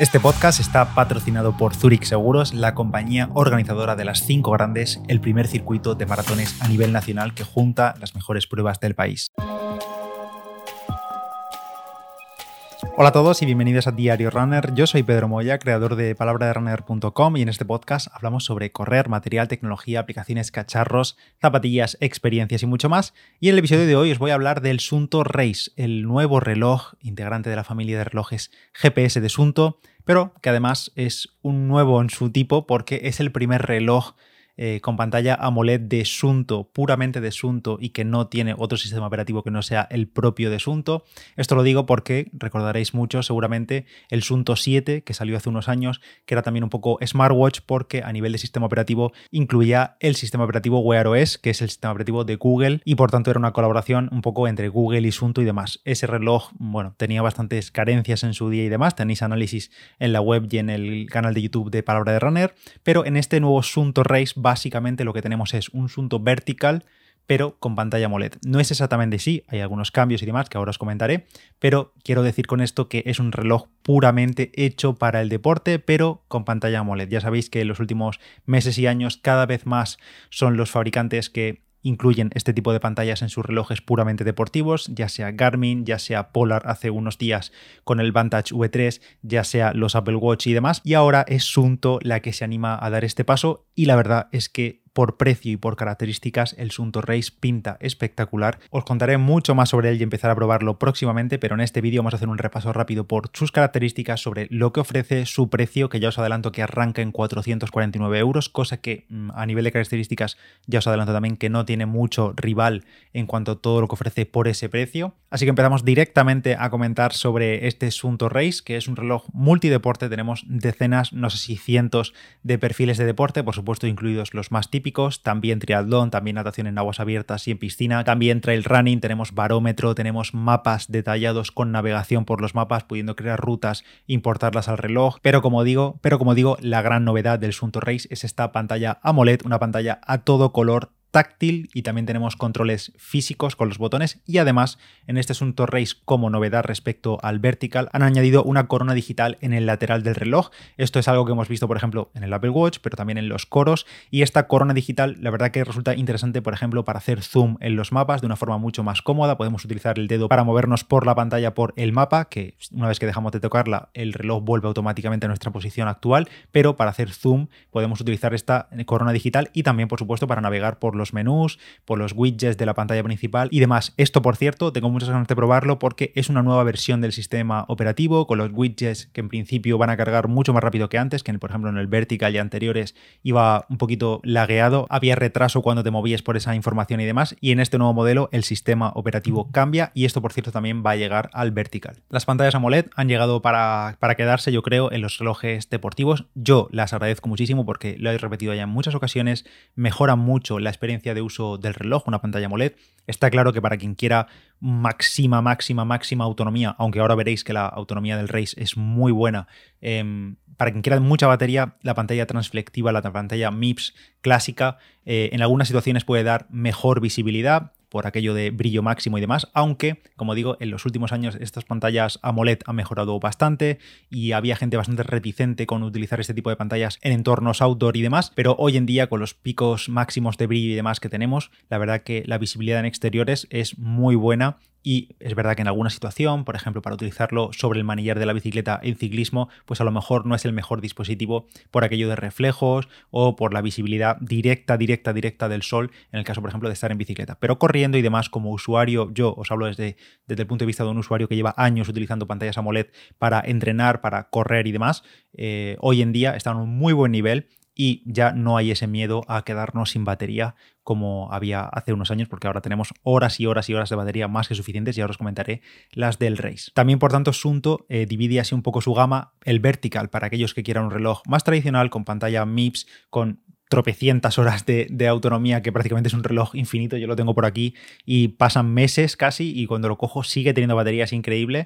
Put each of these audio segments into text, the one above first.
Este podcast está patrocinado por Zurich Seguros, la compañía organizadora de las 5 grandes, el primer circuito de maratones a nivel nacional que junta las mejores pruebas del país. Hola a todos y bienvenidos a Diario Runner. Yo soy Pedro Moya, creador de palabraderunner.com, y en este podcast hablamos sobre correr, material, tecnología, aplicaciones, cacharros, zapatillas, experiencias y mucho más. Y en el episodio de hoy os voy a hablar del Suunto Race, el nuevo reloj integrante de la familia de relojes GPS de Suunto, pero que además es un nuevo en su tipo porque es el primer reloj con pantalla AMOLED de Suunto, puramente de Suunto, y que no tiene otro sistema operativo que no sea el propio de Suunto. Esto lo digo porque recordaréis mucho seguramente el Suunto 7 que salió hace unos años, que era también un poco smartwatch porque a nivel de sistema operativo incluía el sistema operativo Wear OS, que es el sistema operativo de Google, y por tanto era una colaboración un poco entre Google y Suunto y demás. Ese reloj, bueno, tenía bastantes carencias en su día y demás, tenéis análisis en la web y en el canal de YouTube de Palabra de Runner, pero en este nuevo Suunto Race básicamente lo que tenemos es un Suunto vertical, pero con pantalla AMOLED. No es exactamente así, hay algunos cambios y demás que ahora os comentaré, pero quiero decir con esto que es un reloj puramente hecho para el deporte, pero con pantalla AMOLED. Ya sabéis que en los últimos meses y años cada vez más son los fabricantes que incluyen este tipo de pantallas en sus relojes puramente deportivos, ya sea Garmin, ya sea Polar hace unos días con el Vantage V3, ya sea los Apple Watch y demás, y ahora es Suunto la que se anima a dar este paso, y la verdad es que por precio y por características el Suunto Race pinta espectacular. Os contaré mucho más sobre él y empezar a probarlo próximamente, pero en este vídeo vamos a hacer un repaso rápido por sus características, sobre lo que ofrece, su precio, que ya os adelanto que arranca en 449 euros, cosa que a nivel de características ya os adelanto también que no tiene mucho rival en cuanto a todo lo que ofrece por ese precio. Así que empezamos directamente a comentar sobre este Suunto Race, que es un reloj multideporte. Tenemos decenas, no sé si cientos de perfiles de deporte, por supuesto incluidos los más típicos, también triatlón, también natación en aguas abiertas y en piscina, también trail running, tenemos barómetro, tenemos mapas detallados con navegación por los mapas, pudiendo crear rutas, importarlas al reloj, pero como digo, la gran novedad del Suunto Race es esta pantalla AMOLED, una pantalla a todo color, táctil, y también tenemos controles físicos con los botones, y además en este Suunto Race, como novedad respecto al vertical, han añadido una corona digital en el lateral del reloj. Esto es algo que hemos visto por ejemplo en el Apple Watch, pero también en los Coros, y esta corona digital la verdad que resulta interesante por ejemplo para hacer zoom en los mapas de una forma mucho más cómoda. Podemos utilizar el dedo para movernos por la pantalla por el mapa, que una vez que dejamos de tocarla el reloj vuelve automáticamente a nuestra posición actual, pero para hacer zoom podemos utilizar esta corona digital, y también por supuesto para navegar por los menús, por los widgets de la pantalla principal y demás. Esto, por cierto, tengo muchas ganas de probarlo porque es una nueva versión del sistema operativo con los widgets que en principio van a cargar mucho más rápido que antes, que por ejemplo en el vertical y anteriores iba un poquito lagueado, había retraso cuando te movías por esa información y demás, y en este nuevo modelo el sistema operativo cambia, y esto por cierto también va a llegar al vertical. Las pantallas AMOLED han llegado para quedarse, yo creo, en los relojes deportivos. Yo las agradezco muchísimo porque lo he repetido ya en muchas ocasiones, mejoran mucho la experiencia de uso del reloj, una pantalla AMOLED. Está claro que para quien quiera máxima autonomía, aunque ahora veréis que la autonomía del Race es muy buena, para quien quiera mucha batería, la pantalla transflectiva, la pantalla MIPS clásica, en algunas situaciones puede dar mejor visibilidad por aquello de brillo máximo y demás, aunque, como digo, en los últimos años estas pantallas AMOLED han mejorado bastante y había gente bastante reticente con utilizar este tipo de pantallas en entornos outdoor y demás, pero hoy en día con los picos máximos de brillo y demás que tenemos, la verdad que la visibilidad en exteriores es muy buena. Y es verdad que en alguna situación, por ejemplo, para utilizarlo sobre el manillar de la bicicleta en ciclismo, pues a lo mejor no es el mejor dispositivo por aquello de reflejos o por la visibilidad directa del sol, en el caso, por ejemplo, de estar en bicicleta. Pero corriendo y demás, como usuario, yo os hablo desde el punto de vista de un usuario que lleva años utilizando pantallas AMOLED para entrenar, para correr y demás, hoy en día están a un muy buen nivel. Y ya no hay ese miedo a quedarnos sin batería como había hace unos años, porque ahora tenemos horas y horas y horas de batería más que suficientes, y ahora os comentaré las del Race. También, por tanto, Suunto divide así un poco su gama, el vertical para aquellos que quieran un reloj más tradicional, con pantalla MIPS, con tropecientas horas de autonomía, que prácticamente es un reloj infinito. Yo lo tengo por aquí y pasan meses casi, y cuando lo cojo sigue teniendo baterías increíble.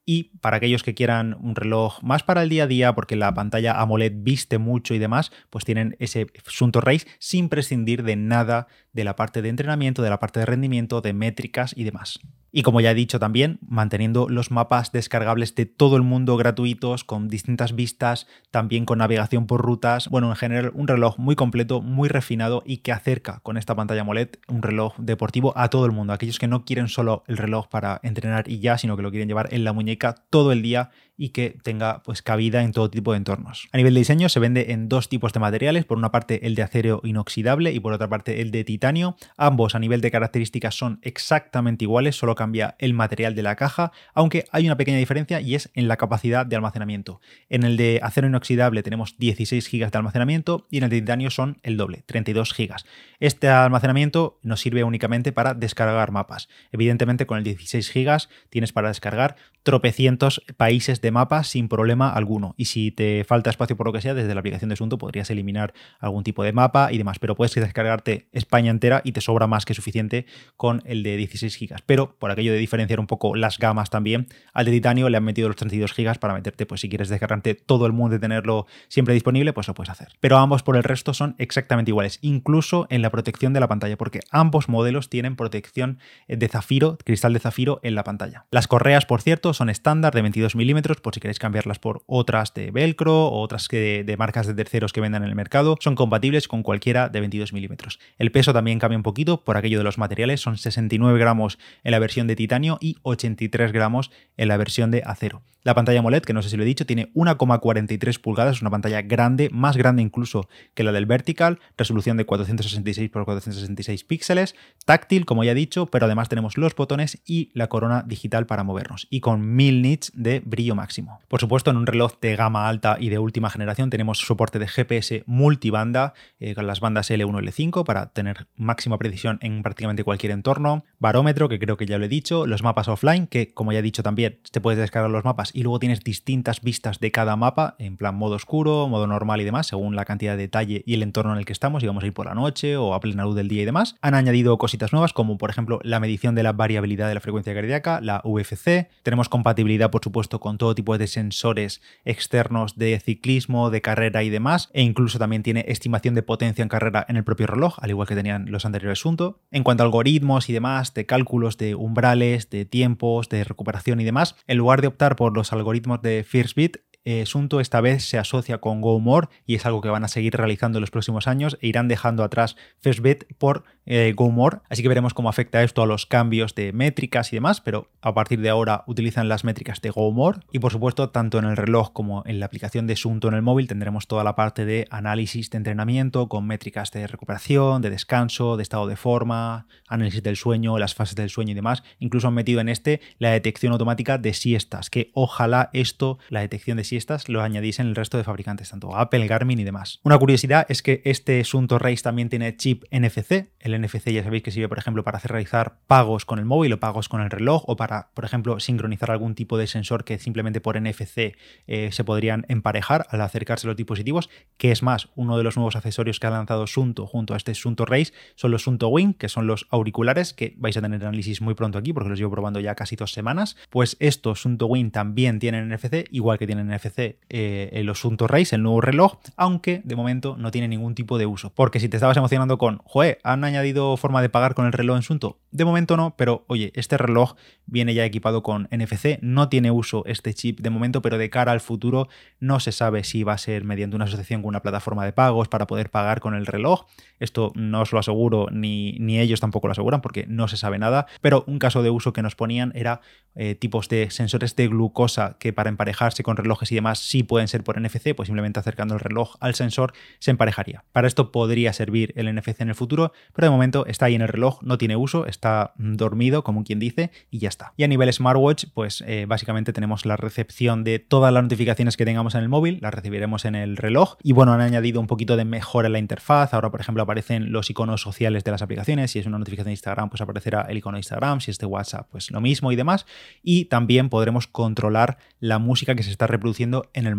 Y para aquellos que quieran un reloj más para el día a día, porque la pantalla AMOLED viste mucho y demás, pues tienen ese Sunto Race sin prescindir de nada de la parte de entrenamiento, de la parte de rendimiento, de métricas y demás. Y como ya he dicho también, manteniendo los mapas descargables de todo el mundo gratuitos, con distintas vistas, también con navegación por rutas. Bueno, en general un reloj muy completo, muy refinado y que acerca con esta pantalla AMOLED un reloj deportivo a todo el mundo. Aquellos que no quieren solo el reloj para entrenar y ya, sino que lo quieren llevar en la muñeca todo el día y que tenga pues cabida en todo tipo de entornos. A nivel de diseño se vende en dos tipos de materiales, por una parte el de acero inoxidable y por otra parte el de titanio. Ambos a nivel de características son exactamente iguales, solo cambia el material de la caja, aunque hay una pequeña diferencia y es en la capacidad de almacenamiento. En el de acero inoxidable tenemos 16 GB de almacenamiento y en el de titanio son el doble, 32 GB. Este almacenamiento nos sirve únicamente para descargar mapas. Evidentemente con el 16 GB tienes para descargar tropecientos países de mapas sin problema alguno, y si te falta espacio por lo que sea, desde la aplicación de Sunto podrías eliminar algún tipo de mapa y demás, pero puedes descargarte España entera y te sobra más que suficiente con el de 16 GB. Pero por aquello de diferenciar un poco las gamas también, al de titanio le han metido los 32 GB para meterte, pues si quieres descargarte todo el mundo y tenerlo siempre disponible, pues lo puedes hacer. Pero ambos por el resto son exactamente iguales, incluso en la protección de la pantalla, porque ambos modelos tienen protección de zafiro, cristal de zafiro en la pantalla. Las correas, por cierto, son estándar de 22 milímetros, por si queréis cambiarlas por otras de velcro o otras de marcas de terceros que vendan en el mercado, son compatibles con cualquiera de 22 milímetros. El peso también cambia un poquito por aquello de los materiales, son 69 gramos en la versión de titanio y 83 gramos en la versión de acero. La pantalla AMOLED, que no sé si lo he dicho, tiene 1,43 pulgadas, es una pantalla grande, más grande incluso que la del Vertical, resolución de 466 x 466 píxeles, táctil, como ya he dicho, pero además tenemos los botones y la corona digital para movernos, y con 1000 nits de brillo máximo. Por supuesto, en un reloj de gama alta y de última generación tenemos soporte de GPS multibanda con las bandas L1 y L5 para tener máxima precisión en prácticamente cualquier entorno, barómetro, que creo que ya lo he dicho, los mapas offline, que como ya he dicho también, te puedes descargar los mapas y luego tienes distintas vistas de cada mapa, en plan modo oscuro, modo normal y demás, según la cantidad de detalle y el entorno en el que estamos, si vamos a ir por la noche o a plena luz del día y demás. Han añadido cositas nuevas, como por ejemplo la medición de la variabilidad de la frecuencia cardíaca, la UFC. Tenemos compatibilidad, por supuesto, con todo tipo de sensores externos de ciclismo, de carrera y demás, e incluso también tiene estimación de potencia en carrera en el propio reloj, al igual que tenían los anteriores Sunto. En cuanto a algoritmos y demás, de cálculos de umbrales, de tiempos, de recuperación y demás, en lugar de optar por los algoritmos de Firstbit, Sunto esta vez se asocia con GoMore y es algo que van a seguir realizando en los próximos años e irán dejando atrás Firstbit por GoMore, así que veremos cómo afecta esto a los cambios de métricas y demás, pero a partir de ahora utilizan las métricas de GoMore y por supuesto tanto en el reloj como en la aplicación de Sunto en el móvil tendremos toda la parte de análisis de entrenamiento con métricas de recuperación, de descanso, de estado de forma, análisis del sueño, las fases del sueño y demás. Incluso han metido en la detección automática de siestas, que ojalá la detección de siestas lo añadiesen el resto de fabricantes, tanto Apple, Garmin y demás. Una curiosidad es que este Sunto Race también tiene chip NFC. El NFC ya sabéis que sirve, por ejemplo, para hacer realizar pagos con el móvil o pagos con el reloj, o para, por ejemplo, sincronizar algún tipo de sensor que simplemente por NFC se podrían emparejar al acercarse a los dispositivos, que es más, uno de los nuevos accesorios que ha lanzado Sunto junto a este Sunto Race son los Sunto Wing, que son los auriculares, que vais a tener análisis muy pronto aquí porque los llevo probando ya casi 2 semanas. Pues estos Sunto Wing también tienen NFC, igual que tienen NFC los Sunto Race, el nuevo reloj, aunque de momento no tiene ningún tipo de uso. Porque si te estabas emocionando con, joder, ¿han añadido forma de pagar con el reloj en Sunto? De momento no, pero oye, este reloj viene ya equipado con NFC, no tiene uso este chip de momento, pero de cara al futuro no se sabe si va a ser mediante una asociación con una plataforma de pagos para poder pagar con el reloj. Esto no os lo aseguro, ni ellos tampoco lo aseguran porque no se sabe nada, pero un caso de uso que nos ponían era tipos de sensores de glucosa que para emparejarse con relojes y demás sí pueden ser por NFC, pues simplemente acercando el reloj al sensor se emparejaría. Para esto podría servir el NFC en el futuro, pero de momento está ahí en el reloj, no tiene uso, está dormido, como quien dice, y ya está. Y a nivel smartwatch, pues básicamente tenemos la recepción de todas las notificaciones que tengamos en el móvil, las recibiremos en el reloj, y bueno, han añadido un poquito de mejora en la interfaz. Ahora, por ejemplo, aparecen los iconos sociales de las aplicaciones. Si es una notificación de Instagram, pues aparecerá el icono de Instagram, si es de WhatsApp, pues lo mismo y demás, y también podremos controlar la música que se está reproduciendo en el móvil.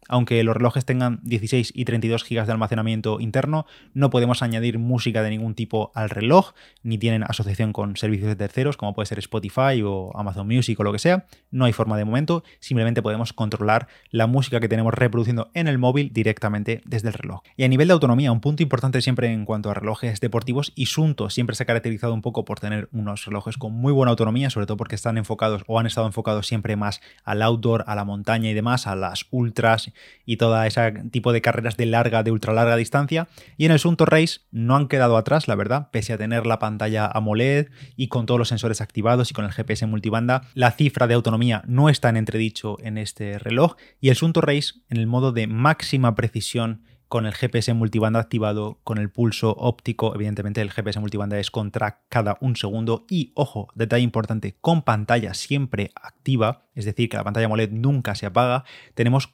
aunque los relojes tengan 16 y 32 GB de almacenamiento interno, no podemos añadir música de ningún tipo al reloj, ni tienen asociación con servicios de terceros como puede ser Spotify o Amazon Music o lo que sea. No hay forma de momento, simplemente podemos controlar la música que tenemos reproduciendo en el móvil directamente desde el reloj. Y a nivel de autonomía, un punto importante siempre en cuanto a relojes deportivos, y Suunto siempre se ha caracterizado un poco por tener unos relojes con muy buena autonomía, sobre todo porque están enfocados o han estado enfocados siempre más al outdoor, a la montaña y demás, a las ultras y todo ese tipo de carreras de larga, de ultra larga distancia. Y en el Suunto Race no han quedado atrás, la verdad, pese a tener la pantalla AMOLED y con todos los sensores activados y con el GPS multibanda, la cifra de autonomía no está en entredicho en este reloj, y el Suunto Race en el modo de máxima precisión con el GPS multibanda activado, con el pulso óptico. Evidentemente el GPS multibanda es con track cada un segundo y, ojo, detalle importante, con pantalla siempre activa, es decir, que la pantalla AMOLED nunca se apaga. Tenemos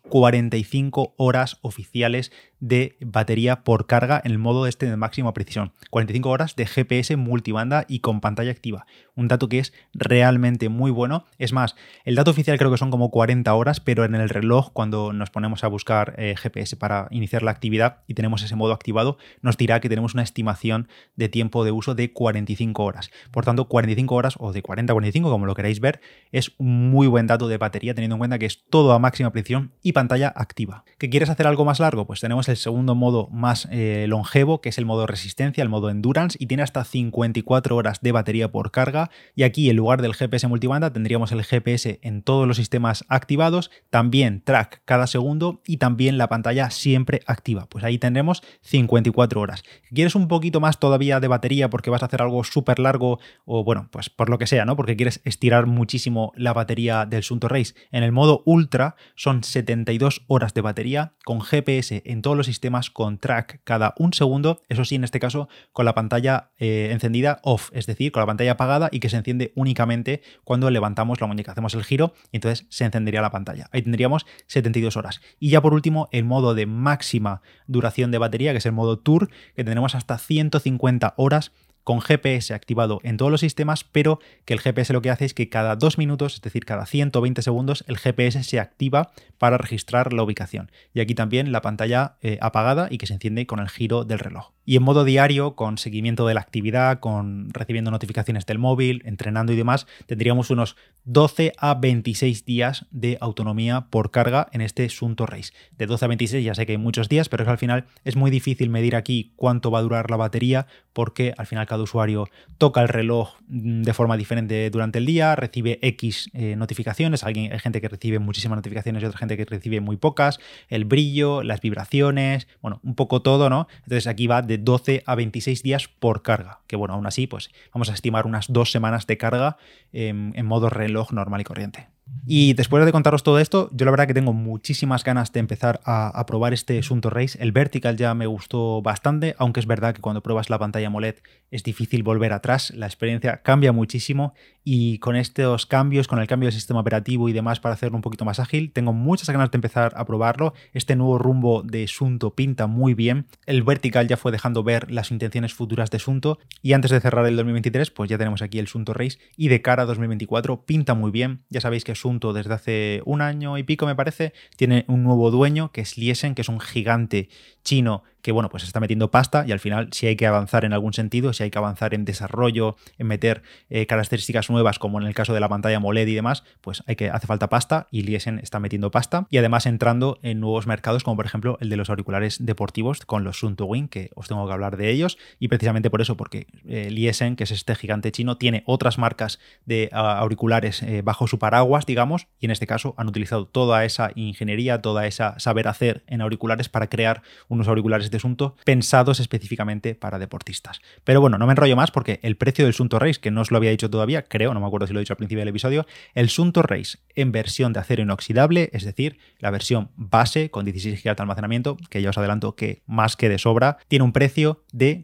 45 horas oficiales de batería por carga en el modo este de máxima precisión. 45 horas de GPS multibanda y con pantalla activa. Un dato que es realmente muy bueno. Es más, el dato oficial creo que son como 40 horas, pero en el reloj, cuando nos ponemos a buscar GPS para iniciar la actividad y tenemos ese modo activado, nos dirá que tenemos una estimación de tiempo de uso de 45 horas. Por tanto, 45 horas o de 40 a 45, como lo queráis ver, es un muy buen dato de batería, teniendo en cuenta que es todo a máxima precisión y pantalla activa. ¿Que quieres hacer algo más largo? Pues tenemos el segundo modo más longevo, que es el modo resistencia, el modo endurance, y tiene hasta 54 horas de batería por carga. Y aquí, en lugar del GPS multibanda, tendríamos el GPS en todos los sistemas activados, también track cada segundo y también la pantalla siempre activa. Pues ahí tendremos 54 horas. ¿Quieres un poquito más todavía de batería porque vas a hacer algo súper largo o bueno, pues por lo que sea, ¿no? Porque quieres estirar muchísimo la batería del Suunto Race? En el modo Ultra son 72 horas de batería con GPS en todos los sistemas, con track cada un segundo, eso sí, en este caso con la pantalla encendida off, es decir, con la pantalla apagada y que se enciende únicamente cuando levantamos la muñeca, hacemos el giro y entonces se encendería la pantalla. Ahí tendríamos 72 horas. Y ya por último, el modo de máxima duración de batería, que es el modo Tour, que tendremos hasta 150 horas con GPS activado en todos los sistemas, pero que el GPS lo que hace es que cada 2 minutos, es decir, cada 120 segundos, el GPS se activa para registrar la ubicación. Y aquí también la pantalla apagada y que se enciende con el giro del reloj. Y en modo diario, con seguimiento de la actividad, con recibiendo notificaciones del móvil, entrenando y demás, tendríamos unos 12 a 26 días de autonomía por carga en este Suunto Race. De 12 a 26 ya sé que hay muchos días, pero es que al final es muy difícil medir aquí cuánto va a durar la batería, porque al final cada usuario toca el reloj de forma diferente durante el día, recibe X notificaciones, hay gente que recibe muchísimas notificaciones y otra gente que recibe muy pocas, el brillo, las vibraciones, bueno, un poco todo, ¿no? Entonces aquí va de 12 a 26 días por carga, que bueno, aún así pues vamos a estimar unas 2 semanas de carga en modo reloj normal y corriente. Y después de contaros todo esto, yo la verdad que tengo muchísimas ganas de empezar a probar este Suunto Race. El Vertical ya me gustó bastante, aunque es verdad que cuando pruebas la pantalla AMOLED es difícil volver atrás, la experiencia cambia muchísimo y con estos cambios, con el cambio del sistema operativo y demás para hacerlo un poquito más ágil, tengo muchas ganas de empezar a probarlo. Este nuevo rumbo de Suunto pinta muy bien. El Vertical ya fue dejando ver las intenciones futuras de Suunto y antes de cerrar el 2023 pues ya tenemos aquí el Suunto Race y de cara a 2024 pinta muy bien. Ya sabéis que Suunto desde hace un año y pico me parece tiene un nuevo dueño que es Liesen, que es un gigante chino que bueno, pues está metiendo pasta y al final si hay que avanzar en algún sentido, si hay que avanzar en desarrollo, en meter características nuevas como en el caso de la pantalla AMOLED y demás, pues hace falta pasta y Liesen está metiendo pasta y además entrando en nuevos mercados como por ejemplo el de los auriculares deportivos con los Suunto Wing, que os tengo que hablar de ellos y precisamente por eso, porque Liesen, que es este gigante chino, tiene otras marcas de auriculares bajo su paraguas, digamos, y en este caso han utilizado toda esa ingeniería, toda esa saber hacer en auriculares para crear unos auriculares de Suunto pensados específicamente para deportistas. Pero bueno, no me enrollo más porque el precio del Suunto Race, que no os lo había dicho todavía, creo, no me acuerdo si lo he dicho al principio del episodio, el Suunto Race en versión de acero inoxidable, es decir, la versión base con 16 GB de almacenamiento, que ya os adelanto que más que de sobra, tiene un precio de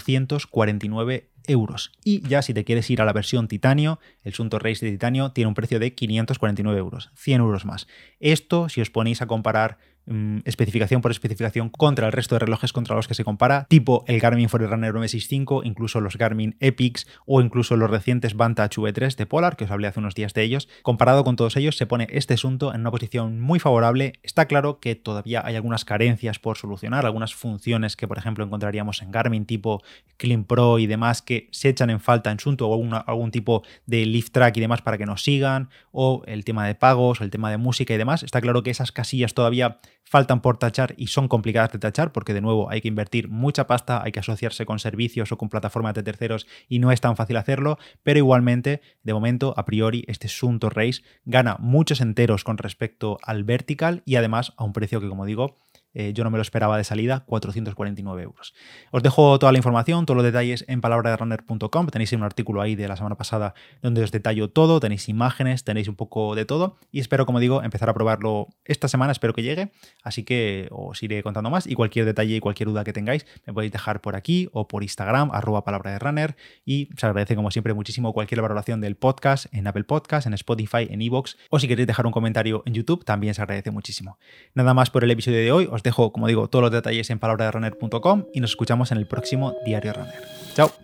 449 euros. Y ya si te quieres ir a la versión titanio, el Suunto Race de titanio tiene un precio de 549 euros, 100 euros más. Esto, si os ponéis a comparar especificación por especificación contra el resto de relojes contra los que se compara, tipo el Garmin Forerunner 965, incluso los Garmin Epix o incluso los recientes Vantage V3 de Polar, que os hablé hace unos días de ellos. Comparado con todos ellos, se pone este Suunto en una posición muy favorable. Está claro que todavía hay algunas carencias por solucionar, algunas funciones que, por ejemplo, encontraríamos en Garmin, tipo Clean Pro y demás, que se echan en falta en Suunto, o algún tipo de Lift Track y demás para que nos sigan, o el tema de pagos, o el tema de música y demás. Está claro que esas casillas todavía faltan por tachar y son complicadas de tachar porque de nuevo hay que invertir mucha pasta, hay que asociarse con servicios o con plataformas de terceros y no es tan fácil hacerlo, pero igualmente, de momento, a priori, este Suunto Race gana muchos enteros con respecto al Vertical y además a un precio que, como digo, yo no me lo esperaba de salida, 449 euros. Os dejo toda la información, todos los detalles en palabraderunner.com. Tenéis un artículo ahí de la semana pasada donde os detallo todo, tenéis imágenes, tenéis un poco de todo y espero, como digo, empezar a probarlo esta semana, espero que llegue, así que os iré contando más y cualquier detalle y cualquier duda que tengáis me podéis dejar por aquí o por Instagram, @palabraderunner, y os agradece como siempre muchísimo cualquier valoración del podcast en Apple Podcast, en Spotify, en iVoox, o si queréis dejar un comentario en YouTube también se agradece muchísimo. Nada más por el episodio de hoy, os dejo, como digo, todos los detalles en palabraderunner.com y nos escuchamos en el próximo Diario Runner. ¡Chao!